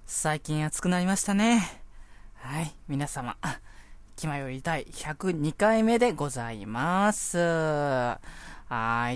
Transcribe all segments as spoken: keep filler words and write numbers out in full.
最近暑くなりましたね。はい、皆様、気まより第ひゃくにかいめでございます。はい、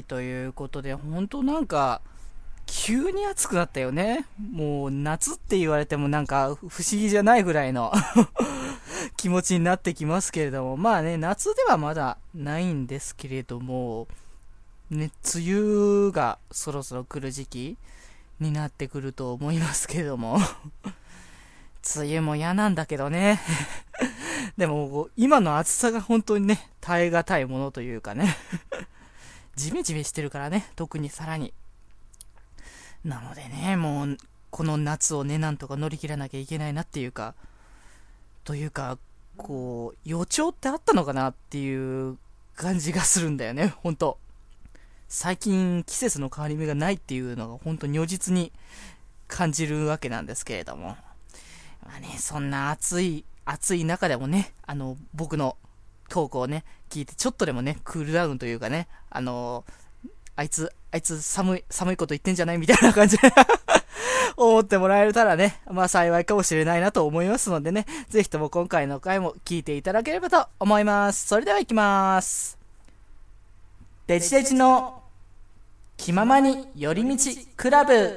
ということで、ほんとなんか、急に暑くなったよね。もう夏って言われてもなんか不思議じゃないぐらいの気持ちになってきますけれども、まあね、夏ではまだないんですけれども、ね、梅雨がそろそろ来る時期になってくると思いますけれども梅雨も嫌なんだけどねでも今の暑さが本当にね耐え難いものというかねジメジメしてるからね、特にさらに。なのでね、もうこの夏をねなんとか乗り切らなきゃいけないなっていうかというかこう予兆ってあったのかなっていう感じがするんだよね。本当最近季節の変わり目がないっていうのが本当に如実に感じるわけなんですけれども、まあね、そんな暑い暑い中でもね、あの僕のトークをね聞いてちょっとでもねクールダウンというかね、あのあいつあいつ寒い寒いこと言ってんじゃないみたいな感じで思ってもらえたらね、まあ幸いかもしれないなと思いますのでね、ぜひとも今回の回も聞いていただければと思います。それでは行きます。デジデジの気ままに寄り道クラブ。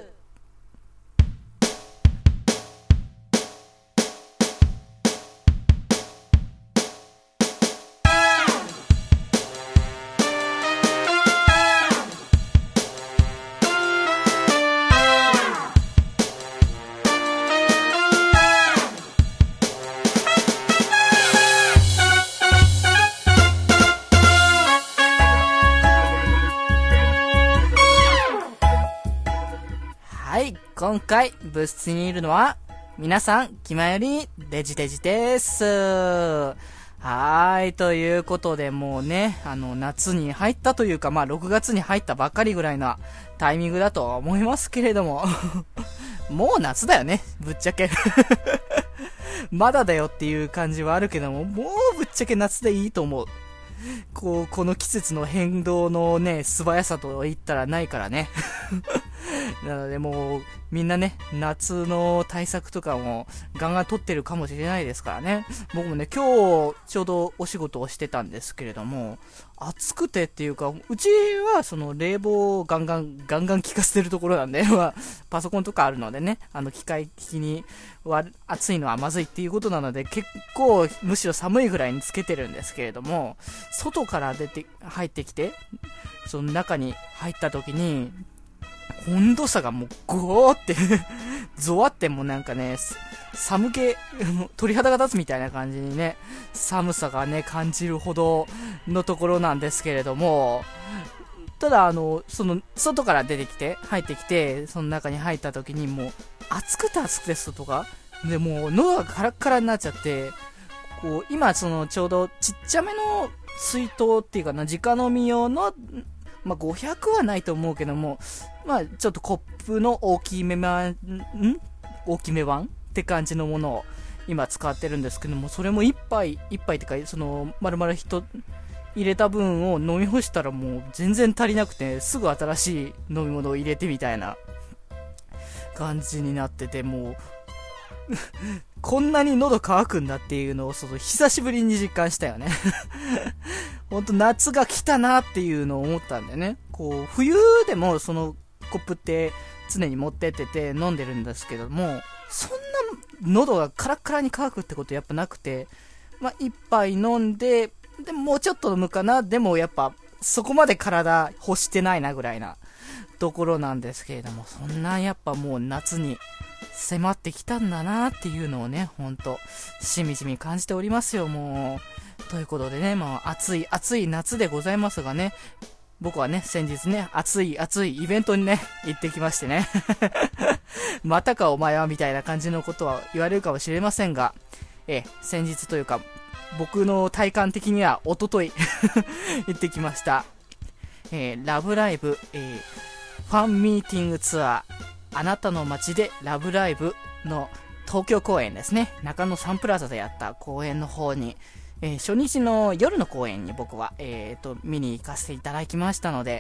はい、今回部室にいるのは皆さん気まよりデジデジです。はーい、ということでもうね、あの夏に入ったというか、まあろくがつに入ったばっかりぐらいなタイミングだとは思いますけれどももう夏だよね、ぶっちゃけまだだよっていう感じはあるけども、もうぶっちゃけ夏でいいと思う。こうこの季節の変動のね素早さと言ったらないからねなのでもうみんなね夏の対策とかもガンガン取ってるかもしれないですからね。僕もね今日ちょうどお仕事をしてたんですけれども、暑くてっていうか、うちはその冷房をガンガンガンガン効かせてるところなんでまあパソコンとかあるのでね、あの機械的に暑いのはまずいっていうことなので、結構むしろ寒いぐらいにつけてるんですけれども、外から出て入ってきてその中に入った時に温度差がもうゴーってゾワってもうなんかね寒気鳥肌が立つみたいな感じにね寒さがね感じるほどのところなんですけれども、ただあのその外から出てきて入ってきてその中に入った時にもう暑くて暑くて外がでもう喉がカラッカラになっちゃって、こう今そのちょうどちっちゃめの水筒っていうかな、直飲み用のまあ、ごひゃくはないと思うけども、まあ、ちょっとコップの大きめ版、ん大きめ版って感じのものを今使ってるんですけども、それも一杯、一杯ってか、その、丸々一入れた分を飲み干したらもう全然足りなくて、すぐ新しい飲み物を入れてみたいな感じになってて、もう、こんなに喉乾くんだっていうのをその久しぶりに実感したよねほんと夏が来たなっていうのを思ったんだよね。こう冬でもそのコップって常に持ってってて飲んでるんですけども、そんな喉がカラッカラに乾くってことやっぱなくて、まあ一杯飲んででももうちょっと飲むかな、でもやっぱそこまで体欲してないなぐらいなところなんですけれども、そんなやっぱもう夏に迫ってきたんだなっていうのをね、ほんとしみじみ感じておりますよ。もうということでね、もう暑い暑い夏でございますがね、僕はね先日ね暑い暑いイベントにね行ってきましてねまたかお前はみたいな感じのことは言われるかもしれませんが、え先日というか僕の体感的には一昨日行ってきました。えー、ラブライブ、えー、ファンミーティングツアーあなたの街でラブライブの東京公演ですね、中野サンプラザでやった公演の方に、えー、初日の夜の公演に僕は、えー、と見に行かせていただきましたので、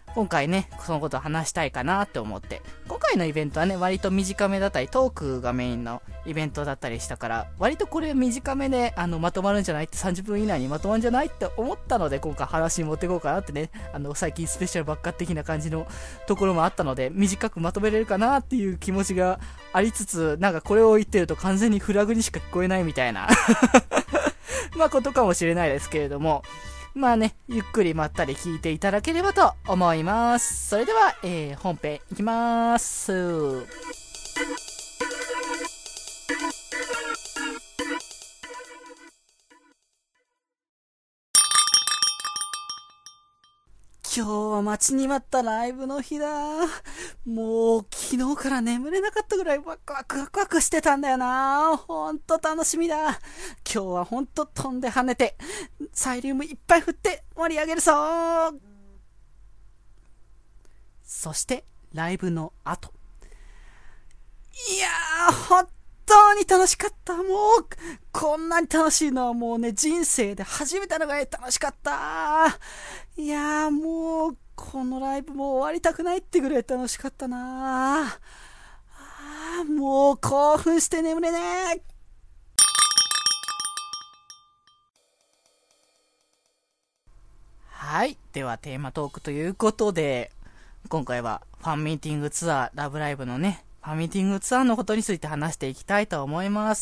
今回ね、そのことを話したいかなって思って。今回のイベントはね、割と短めだったり、トークがメインのイベントだったりしたから、割とこれ短めで、あの、まとまるんじゃないって、さんじゅっぷん以内にまとまるんじゃないって思ったので、今回話に持っていこうかなってね、あの、最近スペシャルばっか的な感じのところもあったので、短くまとめれるかなっていう気持ちがありつつ、なんかこれを言ってると完全にフラグにしか聞こえないみたいな、まあことかもしれないですけれども、まあね、ゆっくりまったり聞いていただければと思います。それでは、えー、本編いきまーす。今日は待ちに待ったライブの日だ。もう昨日から眠れなかったぐらいワクワクワクワクしてたんだよな。ほんと楽しみだ。今日はほんと飛んで跳ねて、サイリウムいっぱい振って盛り上げるぞ。そしてライブの後。いやー、本当に楽しかった。もう、こんなに楽しいのはもうね、人生で初めてのが楽しかった。いやー、もう、このライブも終わりたくないってぐらい楽しかったな。あー、もう興奮して眠れねえ。はい。ではテーマトークということで、今回はファンミーティングツアーラブライブのね、ファンミーティングツアーのことについて話していきたいと思います。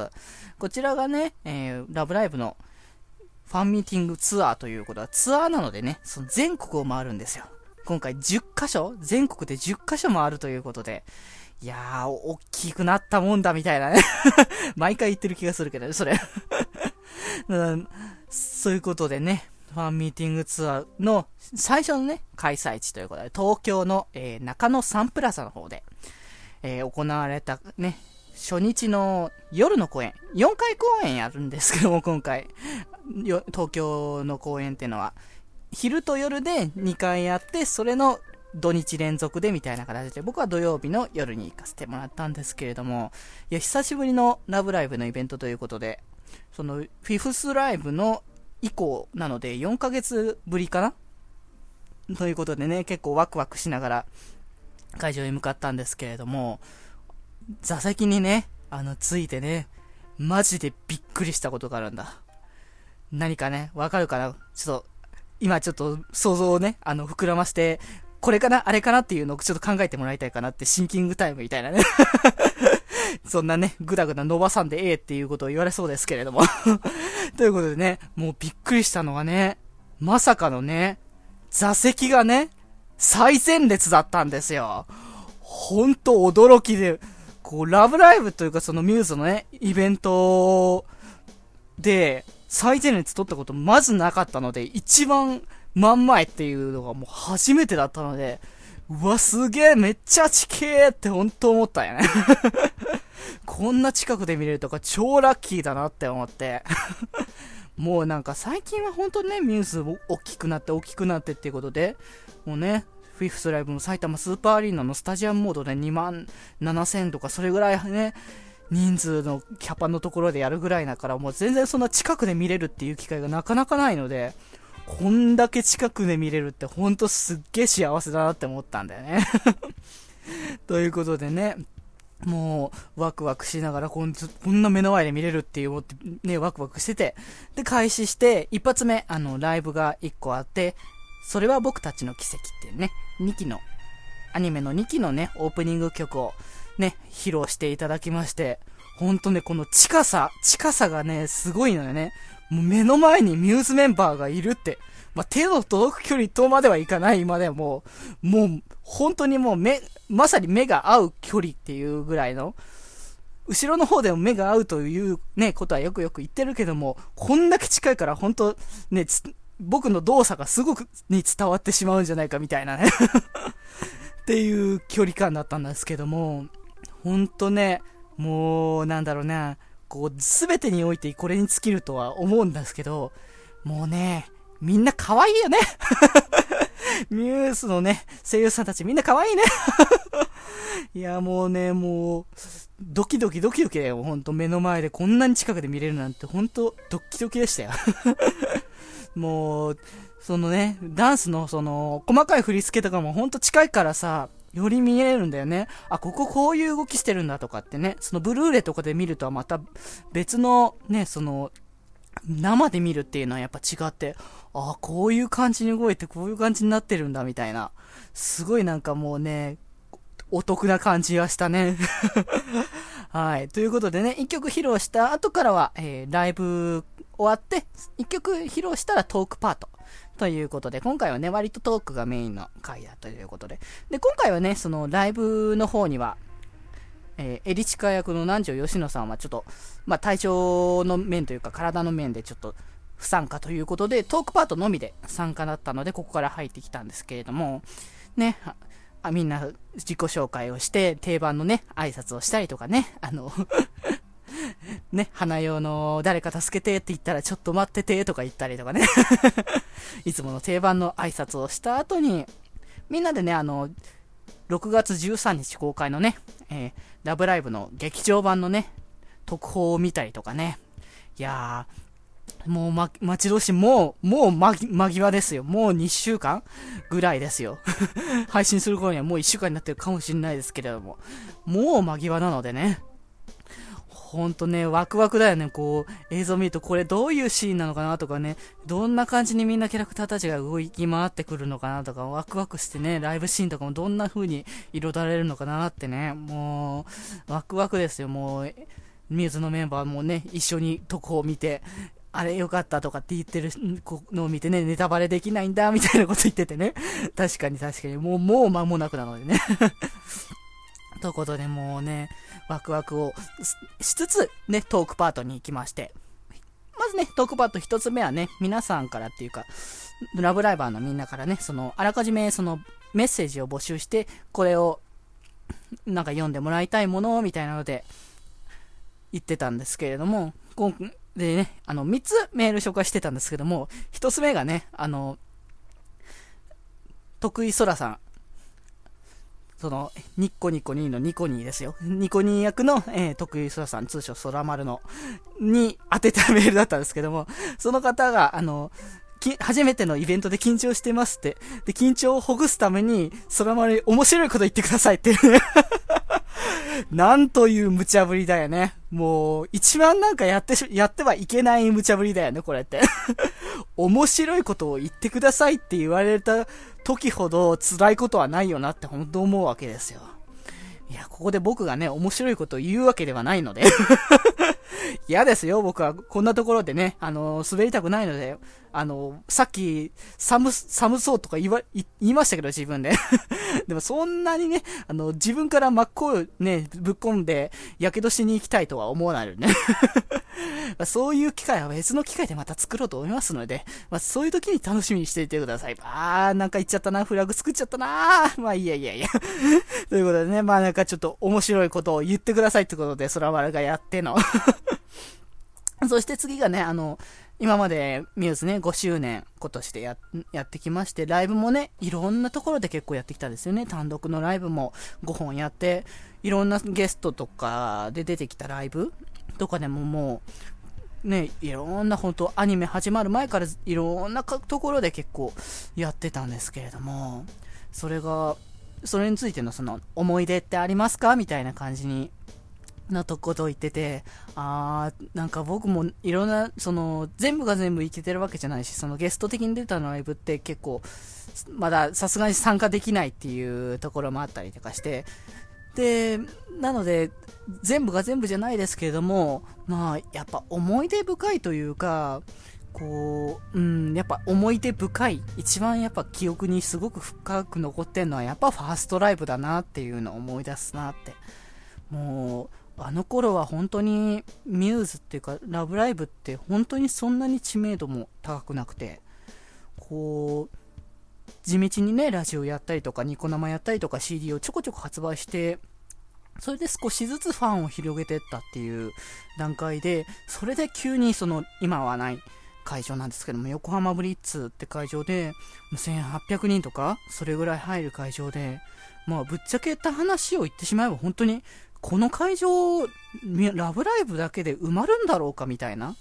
こちらがね、えー、ラブライブのファンミーティングツアーということはツアーなのでね、その全国を回るんですよ。今回じゅっかしょ全国でじゅっかしょ回るということで、いやー、大きくなったもんだみたいなね。毎回言ってる気がするけどね、それ。うん、そういうことでね、ファンミーティングツアーの最初のね、開催地ということで、東京の、えー、中野サンプラザの方で、えー、行われたね、初日の夜の公演、よんかい公演やるんですけども、今回、東京の公演っていうのは、昼と夜でにかいやって、それの土日連続でみたいな形で、僕は土曜日の夜に行かせてもらったんですけれども、いや、久しぶりのラブライブのイベントということで、その、フィフスライブの以降なのでよんかげつぶりかなということでね、結構ワクワクしながら会場に向かったんですけれども、座席にね、あの、ついてね、マジでびっくりしたことがあるんだ。何かね、わかるかな？ちょっと、今ちょっと想像をね、あの、膨らまして、これかなあれかなっていうのをちょっと考えてもらいたいかなって、シンキングタイムみたいなね。そんなね、ぐだぐだ伸ばさんでええっていうことを言われそうですけれども。ということでね、もうびっくりしたのはね、まさかのね、座席がね、最前列だったんですよ。ほんと驚きで、こう、ラブライブというかそのミューズのね、イベントで、最前列取ったことまずなかったので、一番真ん前っていうのがもう初めてだったので、うわ、すげえ、めっちゃ近えって本当思ったよね。こんな近くで見れるとか超ラッキーだなって思って。もうなんか最近は本当にね、ミューズ大きくなって大きくなってっていうことで、もうね、フィフスライブの埼玉スーパーアリーナのスタジアムモードでにまんななせんとかそれぐらいね、人数のキャパのところでやるぐらいだから、もう全然そんな近くで見れるっていう機会がなかなかないので、こんだけ近くで見れるってほんとすっげえ幸せだなって思ったんだよね。ということでね、もうワクワクしながらこんこんな目の前で見れるっていう思ってね、ワクワクしてて、で開始して一発目あのライブがいっこあって、それは僕たちの奇跡っていうね、にきのアニメのにきのねオープニング曲をね披露していただきまして、ほんとねこの近さ近さがねすごいのよね。もう目の前にミューズメンバーがいるって、まあ、手の届く距離とまではいかないまでももう本当にもう目まさに目が合う距離っていうぐらいの、後ろの方でも目が合うというねことはよくよく言ってるけども、こんだけ近いから本当ね僕の動作がすごくに伝わってしまうんじゃないかみたいなねっていう距離感だったんですけども、ほんとね、もうなんだろうな、こう全てにおいてこれに尽きるとは思うんですけど、もうねみんな可愛いよねミュースのね声優さんたちみんな可愛いねいやもうね、もうドキドキドキドキだよ。ほんと目の前でこんなに近くで見れるなんてほんとドキドキでしたよもう、そのね、ダンスのその、細かい振り付けとかもほんと近いからさ、より見えるんだよね。あ、こここういう動きしてるんだとかってね、そのブルーレイとかで見るとはまた別のね、その、生で見るっていうのはやっぱ違って、あ、こういう感じに動いてこういう感じになってるんだみたいな。すごいなんかもうね、お得な感じがしたね。はい。ということでね、一曲披露した後からは、えー、ライブ終わって、一曲披露したらトークパート。ということで、今回はね、割とトークがメインの回だということで。で、今回はね、そのライブの方には、えー、エリチカ役の南條吉野さんはちょっと、まあ、体調の面というか体の面でちょっと不参加ということで、トークパートのみで参加だったので、ここから入ってきたんですけれども、ね、あみんな自己紹介をして、定番のね、挨拶をしたりとかね、あの、ね、花用の誰か助けてって言ったらちょっと待っててとか言ったりとかね。いつもの定番の挨拶をした後に、みんなでね、あの、ろくがつじゅうさんにち公開のね、えー、ラブライブの劇場版のね、特報を見たりとかね。いやー、もうま、待ち遠しい、もう、もう間際ですよ。もうにしゅうかんぐらいですよ。配信する頃にはもういっしゅうかんになってるかもしれないですけれども。もう間際なのでね。ほんとね、ワクワクだよね。こう、映像見るとこれどういうシーンなのかなとかね、どんな感じにみんなキャラクターたちが動き回ってくるのかなとか、ワクワクしてね、ライブシーンとかもどんな風に彩られるのかなってね、もう、ワクワクですよ。もう、ミューズのメンバーもね、一緒に特報を見て、あれ良かったとかって言ってるのを見てね、ネタバレできないんだ、みたいなこと言っててね。確かに確かに、もう、もう間もなくなのでね。ということでもうね、ワクワクをしつつ、ね、トークパートに行きまして。まずね、トークパート一つ目はね、皆さんからっていうか、ラブライバーのみんなからね、その、あらかじめその、メッセージを募集して、これを、なんか読んでもらいたいもの、みたいなので、言ってたんですけれども、今でね、あの、みっつメール紹介してたんですけども、ひとつめがね、あの、徳井空さん。その、ニッコニコニーのニコニーですよ。ニコニー役の、えー、徳井空さん、通称空丸の、に当てたメールだったんですけども、その方が、あの、初めてのイベントで緊張してますって。で、緊張をほぐすために、空丸に面白いこと言ってくださいっていうね。なんという無茶ぶりだよね。もう、一番なんかやってし、やってはいけない無茶ぶりだよね、これって。面白いことを言ってくださいって言われた時ほど辛いことはないよなって本当思うわけですよ。いや、ここで僕がね、面白いことを言うわけではないので。嫌ですよ、僕は。こんなところでね、あのー、滑りたくないので、あのー、さっき、寒、寒そうとか言わ、言いましたけど、自分で。でもそんなにね、あの、自分から真っ向ね、ぶっ込んで、火傷しに行きたいとは思わないのね。まあ、そういう機会は別の機会でまた作ろうと思いますので、まあ、そういう時に楽しみにしていてください。あー、なんか言っちゃったな、フラグ作っちゃったなまあいいやいやいや。ということでね、まあなんかちょっと面白いことを言ってくださいってことで、空丸がやっての。そして次がね、あの、今までミューズね、ごしゅうねん今年でや、やってきまして、ライブもね、いろんなところで結構やってきたんですよね。単独のライブもごほんやって、いろんなゲストとかで出てきたライブとかでももう、ね、いろんな本当アニメ始まる前からいろんなところで結構やってたんですけれども、それが、それについてのその思い出ってありますかみたいな感じに、なとこと言ってて、あー、なんか僕もいろんな、その、全部が全部いけてるわけじゃないし、そのゲスト的に出たライブって結構、まださすがに参加できないっていうところもあったりとかして、で、なので、全部が全部じゃないですけれども、まあ、やっぱ思い出深いというか、こう、うん、やっぱ思い出深い、一番やっぱ記憶にすごく深く残ってんのは、やっぱファーストライブだなっていうのを思い出すなって。もう、あの頃は本当にミューズっていうかラブライブって本当にそんなに知名度も高くなくて、こう地道にねラジオやったりとかニコ生やったりとか シーディー をちょこちょこ発売して、それで少しずつファンを広げていったっていう段階で、それで急にその今はない会場なんですけども、横浜ブリッツって会場でせんはっぴゃくにんとかそれぐらい入る会場で、まあぶっちゃけた話を言ってしまえば本当にこの会場、ラブライブだけで埋まるんだろうかみたいな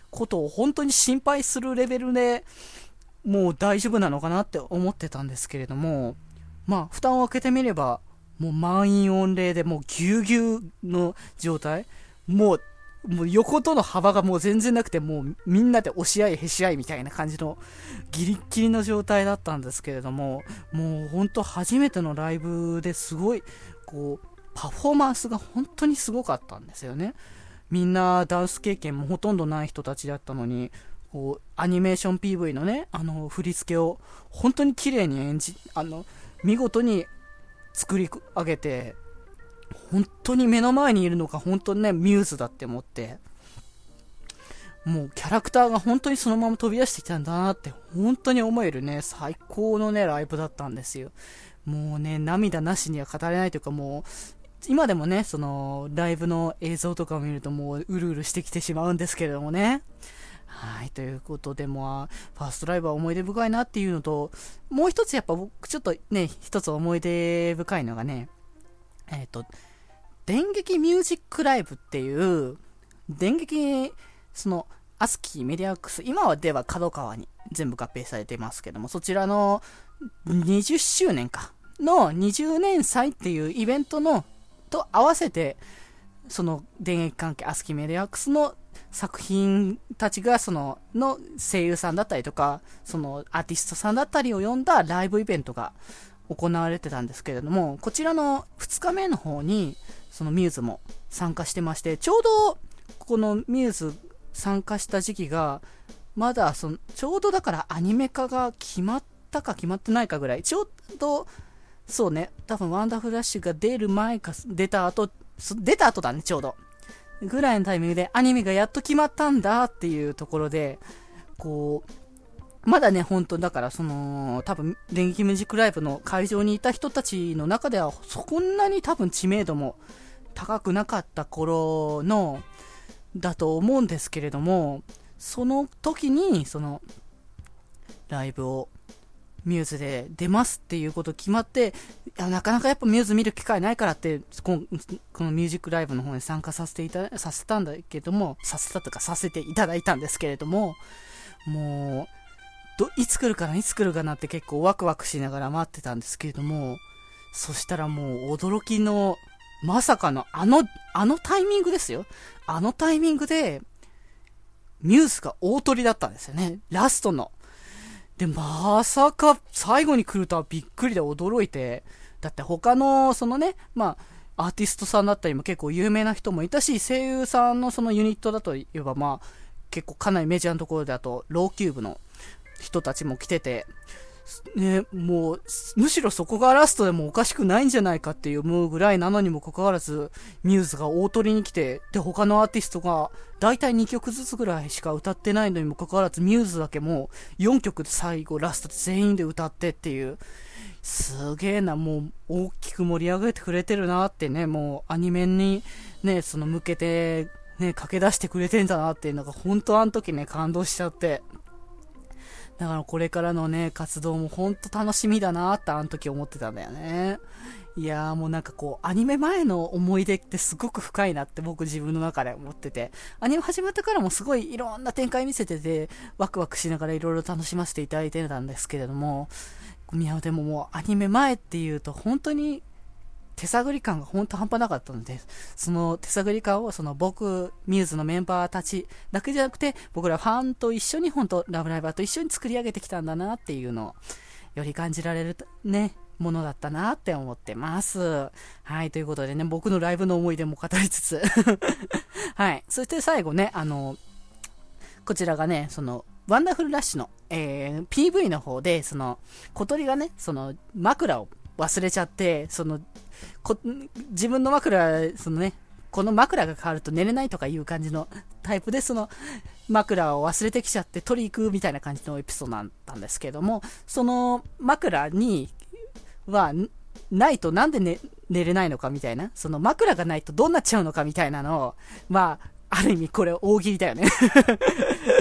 ことを本当に心配するレベルでもう大丈夫なのかなって思ってたんですけれども、まあ蓋を開けてみればもう満員御礼でもうぎゅうぎゅうの状態、もうもう横との幅がもう全然なくて、もうみんなで押し合いへし合いみたいな感じのギリッギリの状態だったんですけれども、もう本当初めてのライブですごいこうパフォーマンスが本当にすごかったんですよね。みんなダンス経験もほとんどない人たちだったのに、こうアニメーション ピーブイ のね、あの振り付けを本当に綺麗に演じ、あの見事に作り上げて、本当に目の前にいるのが本当にねミューズだって思って、もうキャラクターが本当にそのまま飛び出してきたんだなって本当に思えるね最高のねライブだったんですよ。もうね涙なしには語れないというか、もう今でもねそのライブの映像とかを見るともううるうるしてきてしまうんですけれどもね。はい、ということで、もファーストライブは思い出深いなっていうのと、もう一つやっぱ僕ちょっとね一つ思い出深いのがね、えっと電撃ミュージックライブっていう電撃、そのアスキーメディアックス、今はでは角川に全部合併されてますけども、そちらのにじゅっしゅうねんかのにじゅうねん祭っていうイベントのと合わせて、その電撃関係アスキーメディアックスの作品たちがそのの声優さんだったりとか、そのアーティストさんだったりを呼んだライブイベントが行われてたんですけれども、こちらのふつかめの方にそのミューズも参加してまして、ちょうどこのミューズ参加した時期がまだそのちょうどだからアニメ化が決まったか決まってないかぐらい、ちょうどそうね、多分ワンダフルラッシュが出る前か出た後、出た後だね、ちょうどぐらいのタイミングでアニメがやっと決まったんだっていうところで、こうまだね、本当だからその多分電撃ミュージックライブの会場にいた人たちの中ではそんなに多分知名度も高くなかった頃のだと思うんですけれども、その時にそのライブをミューズで出ますっていうこと決まって、いやなかなかやっぱミューズ見る機会ないからってこのミュージックライブの方に参加させていたさせたんだけども、させたとかさせていただいたんですけれども、もうどいつ来るかないつ来るかなって結構ワクワクしながら待ってたんですけれども、そしたらもう驚きのまさかのあのあのタイミングですよ。あのタイミングでミューズが大トリだったんですよね、ラストの。でまさか最後に来るとはびっくりで驚いて、だって他のそのね、まあアーティストさんだったりも結構有名な人もいたし、声優さんのそのユニットだといえばまあ結構かなりメジャーなところだとローキューブの人たちも来ててね、もうむしろそこがラストでもおかしくないんじゃないかっていう思うぐらいなのにもかかわらず、ミューズが大トリに来て、で他のアーティストがだいたいにきょくずつぐらいしか歌ってないのにもかかわらず、ミューズだけもうよんきょくで最後ラストで全員で歌ってっていう、すげえな、もう大きく盛り上げてくれてるなってね、もうアニメにねその向けてね駆け出してくれてんだなっていうのが本当あの時ね感動しちゃって、だからこれからのね活動もほんと楽しみだなってあの時思ってたんだよね。いやーもうなんかこうアニメ前の思い出ってすごく深いなって僕自分の中で思ってて、アニメ始まってからもすごいいろんな展開見せててワクワクしながらいろいろ楽しませていただいてたんですけれども、いやでももうアニメ前っていうと本当に手探り感が本当半端なかったので、その手探り感をその僕ミューズのメンバーたちだけじゃなくて僕らファンと一緒に本当ラブライバーと一緒に作り上げてきたんだなっていうのをより感じられるねものだったなって思ってます。はい、ということでね、僕のライブの思い出も語りつつはい、そして最後ね、あのこちらがねそのワンダフルラッシュの、えー、ピーブイ の方でその小鳥がねその枕を忘れちゃって、そのこ自分の枕そのねこの枕が変わると寝れないとかいう感じのタイプで、その枕を忘れてきちゃって取り行くみたいな感じのエピソードだったんですけども、その枕にはないとなんで、ね、寝れないのかみたいな、その枕がないとどうなっちゃうのかみたいなのを、まあある意味これ大喜利だよね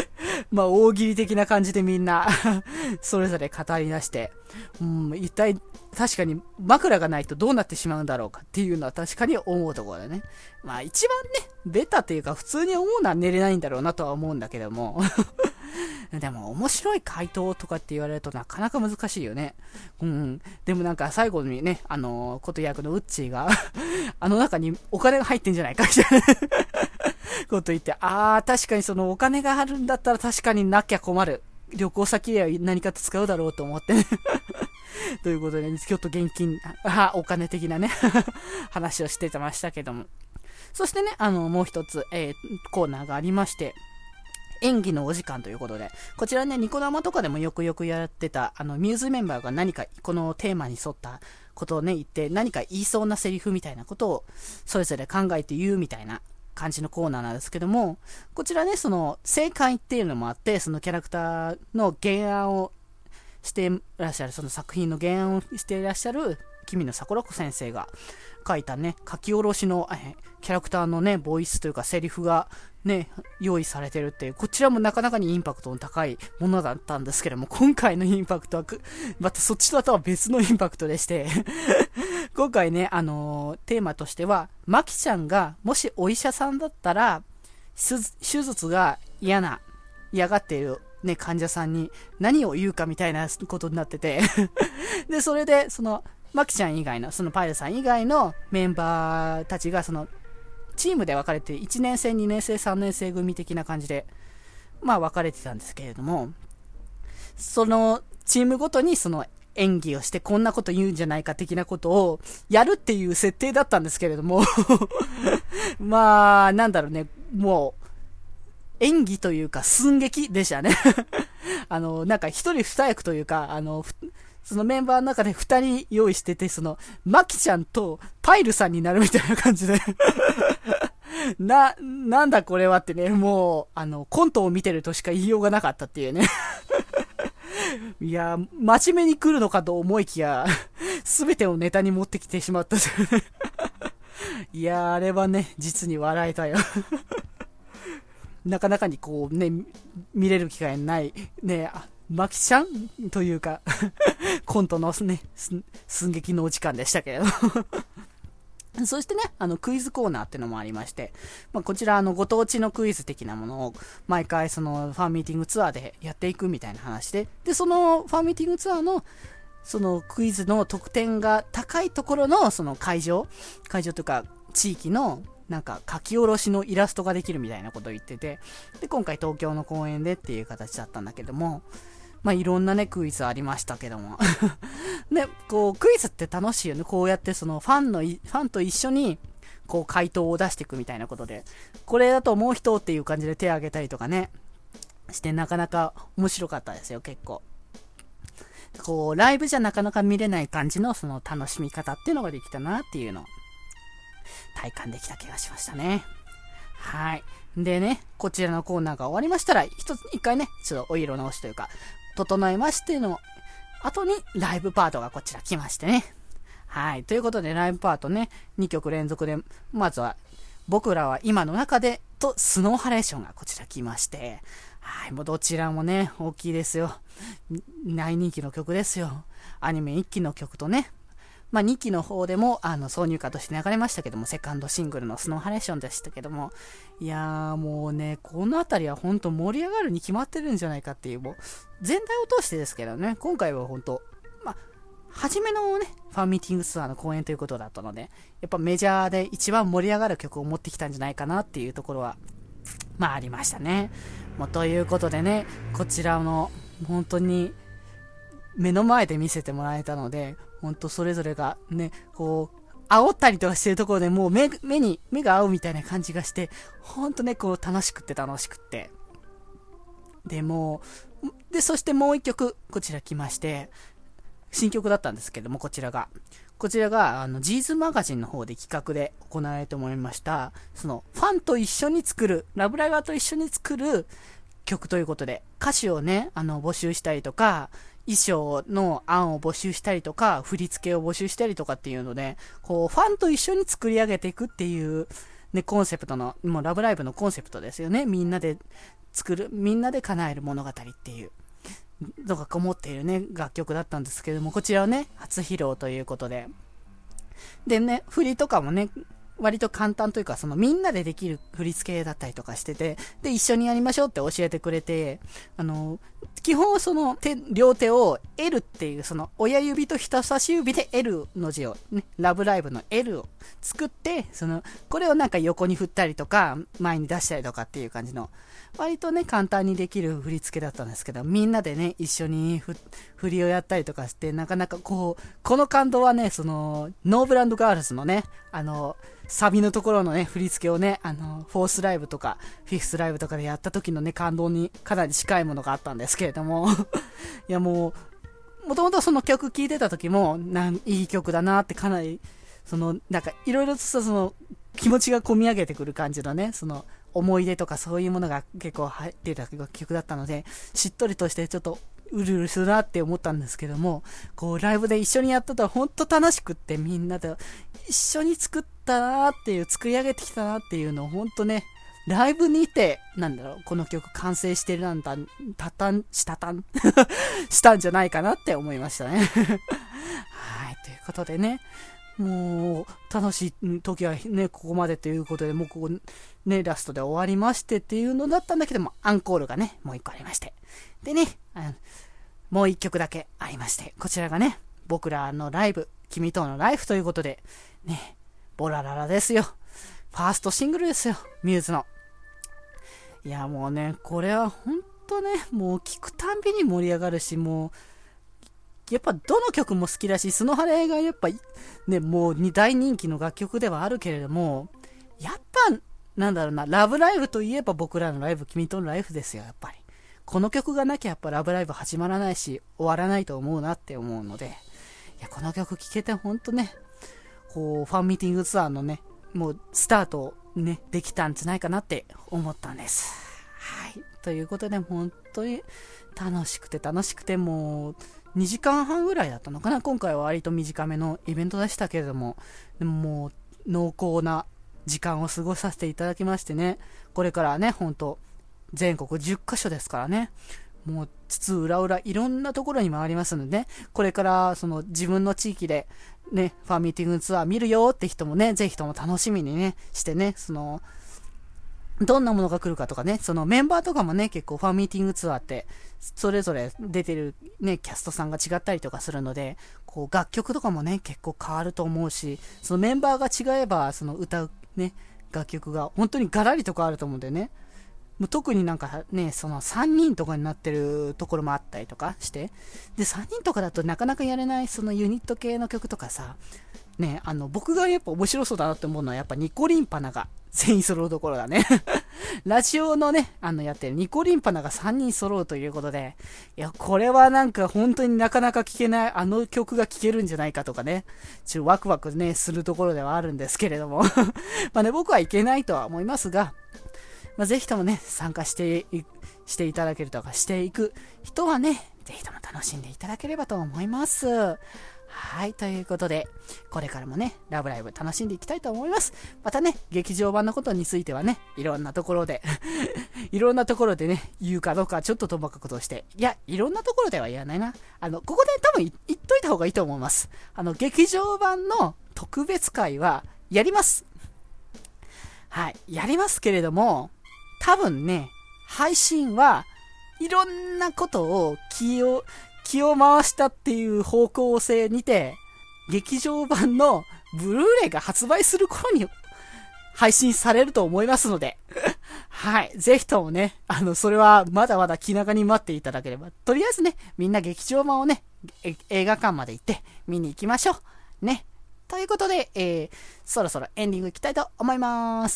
まあ、大喜利的な感じでみんな、それぞれ語り出して、うん、一体、確かに枕がないとどうなってしまうんだろうかっていうのは確かに思うところだね。まあ、一番ね、ベタというか普通に思うのは寝れないんだろうなとは思うんだけども。でも、面白い回答とかって言われるとなかなか難しいよね。うん。でもなんか最後にね、あのー、こと役のウッチーが、あの中にお金が入ってんじゃないかみたいなこと言って、あー、確かにそのお金があるんだったら確かになきゃ困る。旅行先では何かと使うだろうと思ってね。ということで、ね、ちょっと現金、あ、お金的なね、話をしてましたけども。そしてね、あの、もう一つ、えー、コーナーがありまして、演技のお時間ということで、こちらね、ニコ生とかでもよくよくやってた、あの、ミューズメンバーが何か、このテーマに沿ったことをね、言って、何か言いそうなセリフみたいなことを、それぞれ考えて言うみたいな感じのコーナーなんですけども、こちらね、その、正解っていうのもあって、そのキャラクターの原案をしていらっしゃる、その作品の原案をしていらっしゃる、君の桜子先生が書いたね、書き下ろしの、えキャラクターのね、ボイスというかセリフがね、用意されてるっていう、こちらもなかなかにインパクトの高いものだったんですけども、今回のインパクトは、またそっちとは別のインパクトでして、今回ね、あのー、テーマとしては、マキちゃんがもしお医者さんだったら、手術が嫌な、嫌がっているね、患者さんに何を言うかみたいなことになってて、で、それで、その、マキちゃん以外の、そのパイルさん以外のメンバーたちが、その、チームで分かれて、いちねん生、にねん生、さんねん生組的な感じで、まあ分かれてたんですけれども、その、チームごとにその演技をしてこんなこと言うんじゃないか的なことをやるっていう設定だったんですけれども、まあ、なんだろうね、もう、演技というか寸劇でしたね。あの、なんか一人二役というか、あの、そのメンバーの中で二人用意してて、その、マキちゃんとパイルさんになるみたいな感じで。な、なんだこれはってね、もう、あの、コントを見てるとしか言いようがなかったっていうね。いや、真面目に来るのかと思いきや、すべてをネタに持ってきてしまったというね。いや、あれはね、実に笑えたよ。なかなかにこうね、見れる機会ない、ね、マキちゃんというか、コントのね、寸劇のお時間でしたけれど。そしてね、あの、クイズコーナーってのもありまして、まあ、こちら、あの、ご当地のクイズ的なものを、毎回、その、ファンミーティングツアーでやっていくみたいな話で、で、その、ファンミーティングツアーの、その、クイズの得点が高いところの、その、会場、会場というか、地域の、なんか、書き下ろしのイラストができるみたいなことを言ってて、で、今回東京の公演でっていう形だったんだけども、まあ、いろんなね、クイズありましたけども。で、こう、クイズって楽しいよね。こうやってその、ファンの、ファンと一緒に、こう、回答を出していくみたいなことで、これだと思う人っていう感じで手を挙げたりとかね、して、なかなか面白かったですよ、結構。こう、ライブじゃなかなか見れない感じの、その、楽しみ方っていうのができたなっていうのを、体感できた気がしましたね。はい。でね、こちらのコーナーが終わりましたら、一つ、一回ね、ちょっとお色直しというか、整えましての後にライブパートがこちら来ましてね。はい。ということでライブパートね、にきょく連続で、まずは僕らは今の中でとスノーハレーションがこちら来まして、はい。もうどちらもね、大きいですよ。大人気の曲ですよ。アニメいっきの曲とね、まあ、にきの方でも、あの、挿入歌として流れましたけども、セカンドシングルのスノーハレーションでしたけども、いやーもうね、このあたりは本当盛り上がるに決まってるんじゃないかっていう、もう、全体を通してですけどね、今回は本当まあ、初めのね、ファンミーティングツアーの公演ということだったので、やっぱメジャーで一番盛り上がる曲を持ってきたんじゃないかなっていうところは、まあありましたね。もうということでね、こちらの、本当に、目の前で見せてもらえたので、ほんとそれぞれがね、こう、煽ったりとかしてるところでもう目、目に、目が合うみたいな感じがして、ほんとね、こう楽しくって楽しくって。で、もう、で、そしてもう一曲、こちら来まして、新曲だったんですけども、こちらが。こちらが、あの、ジーズマガジンの方で企画で行われて思いました、その、ファンと一緒に作る、ラブライバーと一緒に作る曲ということで、歌詞をね、あの、募集したりとか、衣装の案を募集したりとか、振り付けを募集したりとかっていうので、こう、ファンと一緒に作り上げていくっていうね、コンセプトの、もうラブライブのコンセプトですよね。みんなで作る、みんなで叶える物語っていうのがこもっているね、楽曲だったんですけども、こちらはね、初披露ということで。でね、振りとかもね、割と簡単というか、そのみんなでできる振り付けだったりとかしてて、で、一緒にやりましょうって教えてくれて、あの、基本その手、両手を エル っていう、その親指と人差し指で エル の字を、ね、ラブライブの エル を作って、その、これをなんか横に振ったりとか、前に出したりとかっていう感じの、割とね、簡単にできる振り付けだったんですけど、みんなでね、一緒に振りをやったりとかして、なかなかこう、この感動はね、その、ノーブランドガールズのね、あの、サビのところのね、振り付けをね、あの、フォースライブとか、フィフスライブとかでやった時のね、感動にかなり近いものがあったんですけれども、いやもう、もともとその曲聴いてた時も、なん、いい曲だなってかなり、その、なんか、いろいろとその、気持ちが込み上げてくる感じのね、その、思い出とかそういうものが結構入っていた曲だったので、しっとりとしてちょっと、うるうるするなって思ったんですけども、こうライブで一緒にやったと本当楽しくって、みんなで一緒に作ったなーっていう、作り上げてきたなっていうのを本当ね、ライブにて、なんだろう、この曲完成してるなんだ、たたん、したたん、したんじゃないかなって思いましたね。はい、ということでね、もう、楽しい時はね、ここまでということで、もうここ、ね、ラストで終わりましてっていうのだったんだけども、アンコールがね、もう一個ありまして。でね、もう一曲だけありまして、こちらがね、僕らのライブ、君とのライフということで、ね、ボラララですよ。ファーストシングルですよ、ミューズの。いや、もうね、これはほんとね、もう聴くたんびに盛り上がるし、もう、やっぱどの曲も好きだし、スノハレがやっぱね、もう大人気の楽曲ではあるけれども、やっぱ、なんだろうな、ラブライブといえば僕らのライブ、君とのライフですよ、やっぱり。この曲がなきゃやっぱラブライブ始まらないし、終わらないと思うなって思うので、いや、この曲聴けてほんとね、こう、ファンミーティングツアーのね、もうスタートね、できたんじゃないかなって思ったんです。はい。ということで、本当に楽しくて楽しくて、もう、にじかんはんぐらいだったのかな。今回は割と短めのイベントでしたけれども、でももう濃厚な時間を過ごさせていただきましてね、これからね、ほんと全国じゅっかしょですからね、もう津々浦々いろんなところに回りますのでね、これからその自分の地域でね、ファンミーティングツアー見るよって人もね、ぜひとも楽しみにね、してね、その、どんなものが来るかとかね、そのメンバーとかもね、結構ファンミーティングツアーって、それぞれ出てるね、キャストさんが違ったりとかするので、こう楽曲とかもね、結構変わると思うし、そのメンバーが違えば、その歌うね、楽曲が本当にガラリと変わると思うんだよね。もう特になんかね、そのさんにんとかになってるところもあったりとかして、で、さんにんとかだとなかなかやれないそのユニット系の曲とかさ、ね、あの、僕がやっぱ面白そうだなって思うのはやっぱニコリンパナが全員揃うところだね。ラジオのね、あのやってるニコリンパナがさんにん揃うということで、いや、これはなんか本当になかなか聴けない、あの曲が聴けるんじゃないかとかね、ちょっとワクワクね、するところではあるんですけれども。まあね、僕はいけないとは思いますが、まあ、ぜひともね、参加してい、していただけるとかしていく人はね、ぜひとも楽しんでいただければと思います。はい、ということで、これからもね、ラブライブ楽しんでいきたいと思います。またね、劇場版のことについてはね、いろんなところで、いろんなところでね、言うかどうかちょっととばかくとして、いや、いろんなところでは言わないな。あの、ここで多分言っといた方がいいと思います。あの、劇場版の特別会はやります。はい、やりますけれども、多分ね、配信はいろんなことを気を、気を回したっていう方向性にて、劇場版のブルーレイが発売する頃に配信されると思いますので、はい。ぜひともね、あの、それはまだまだ気長に待っていただければ。とりあえずね、みんな劇場版をね、映画館まで行って見に行きましょう。ね。ということで、えー、そろそろエンディング行きたいと思います。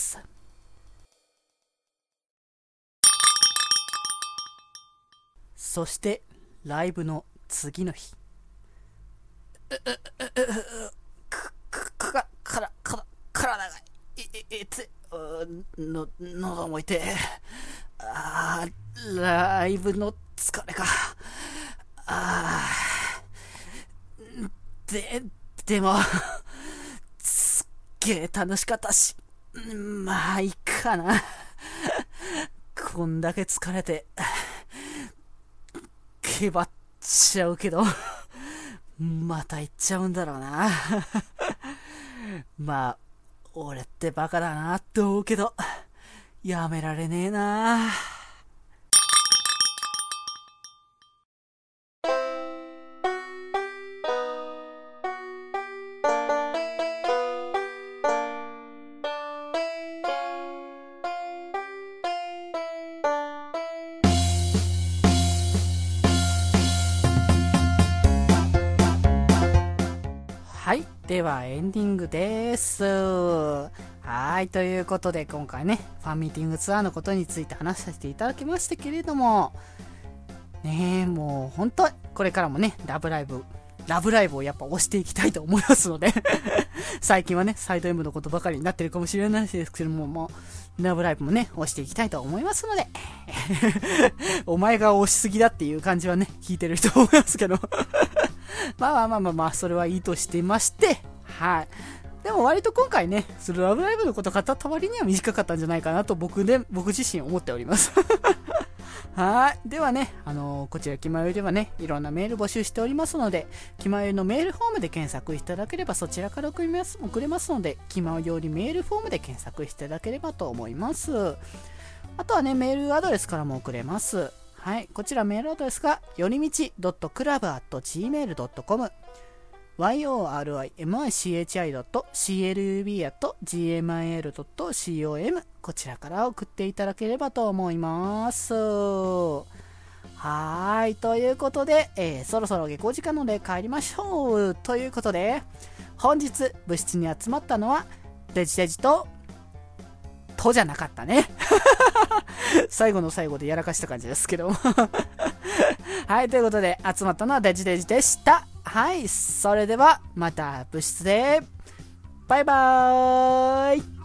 そして、ライブの次の日。か、か、から、から、体が、い、い、いつ、の、喉も痛い。あー、ライブの疲れか。あー、で、でも、すっげー楽しかったし、 まあ、いいかな。こんだけ疲れて、けばっちゃうけど、また行っちゃうんだろうな。まあ、俺ってバカだなって思うけど、やめられねえな。はい。では、エンディングです。はい。ということで、今回ね、ファンミーティングツアーのことについて話させていただきましたけれども、ねえ、もう、本当これからもね、ラブライブ、ラブライブをやっぱ押していきたいと思いますので、最近はね、サイド M のことばかりになってるかもしれないですけども、もう、ラブライブもね、押していきたいと思いますので、お前が押しすぎだっていう感じはね、聞いてる人思いますけど、まあまあまあまあまあ、それはいいとしてまして、はい。でも割と今回ね、そのラブライブのこと語った割には短かったんじゃないかなと僕で、僕自身思っております。はい。ではね、あのー、こちら、気まよりではね、いろんなメール募集しておりますので、気まよりのメールフォームで検索いただければそちらから送ります、送れますので、気まよりメールフォームで検索していただければと思います。あとはね、メールアドレスからも送れます。はい。こちらメールアドレスが、よりみち ドットクラブ アットジーメール ドットコム、ヨリミチ ドットクラブ アット ジーメール ドットコム こちらから送っていただければと思います。はーい。ということで、えー、そろそろ下校時間なので帰りましょう。ということで、本日部室に集まったのは、デジデジと、とじゃなかったね。最後の最後でやらかした感じですけど。はい。ということで、集まったのはデジデジでした。はい。それでは、また部室で、バイバーイ。